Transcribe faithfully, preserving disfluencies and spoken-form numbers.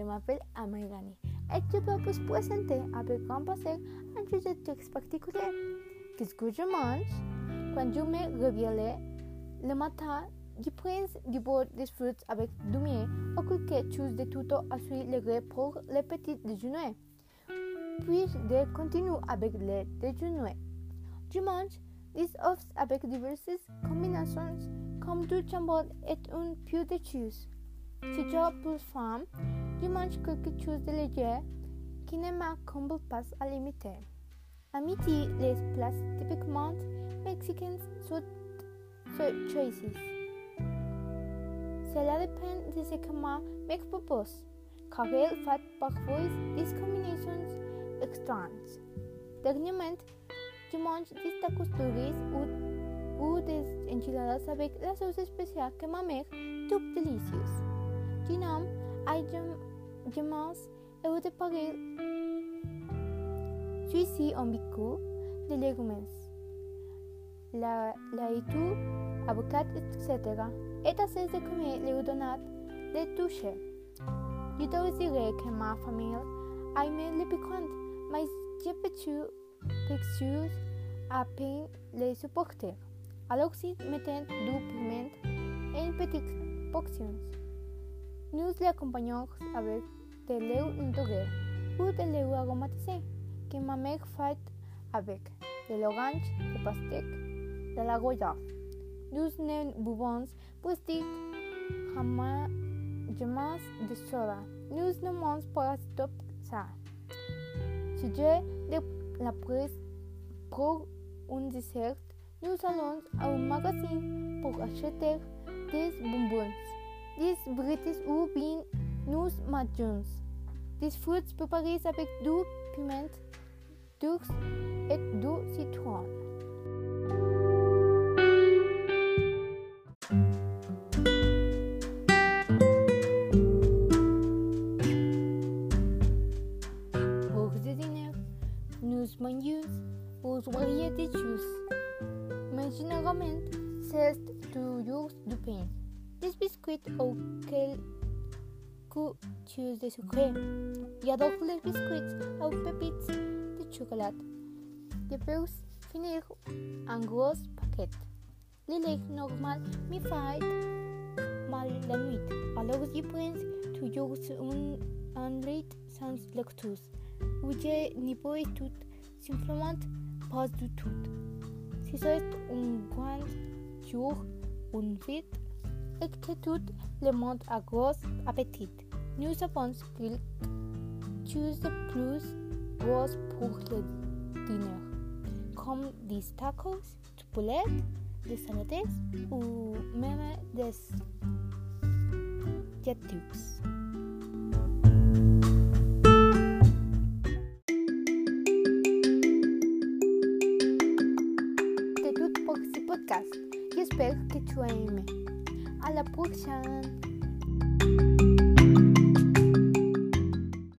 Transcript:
je m'appelle Amairani et je peux vous présenter avec grand plaisir un sujet très particulier. Qu'est-ce que je mange? Quand je me réveille le matin, je prends du beurre des fruits avec du miel ou quelque chose de tout aussi léger pour le petit déjeuner. Puis je continue avec le déjeuner. Je mange des œufs avec diverses combinaisons comme du jambon et un peu de cheese. Si j'ai plus faim, je mange quelque chose de léger qui ne me comble pas à limiter. À midi, les plats typiquement mexicains sont choisis. Cela dépend de ce que je me propose, car il fait parfois des combinaisons étranges. Dernièrement, je mange des tacos durs ou, ou des enchiladas avec la sauce spéciale que ma mère trouve délicieuse. Je n'aime pas mange et de Paris. Celui-ci en beaucoup de légumes, la laitue, avocat, et cetera. Et assez de comer les donats de toucher. Je te dirais que ma famille aime le piquant, mais je peux peu à peine les supporter. Alors si mettons du piment en petites portions. Nous l'accompagnons avec de lait intégré ou de lait aromatisé que ma mère fait avec de l'orange, de pastèque, de la goyave. Nous ne buvons plastique, jamais de soda. Nous ne mangeons pas tout ça. Si j'ai de la presse pour un dessert, nous allons à un magasin pour acheter des bonbons, des brites ou bien nous mangeons des fruits préparés avec du piment, d'ours et du citron. Pour le dîner, nous mangeons une variété de choses, mais généralement, c'est toujours du pain, des biscuits ou quelques choses de sucre. J'adore les biscuits ou pépites de chocolat. Je peux finir un gros paquet. Le lait normal me fait mal la nuit, alors je prends toujours un, un lait sans lactose, où je n'y peux tout simplement pas du tout. Si c'est un grand jour, une fête, et que tout le monde a gros appétit, nous savons qu'il chose de plus gros pour le dîner, comme des tacos, du poulet, des salades ou même des jatux. C'est tout pour ce podcast. J'espère que tu as aimé. À la prochaine!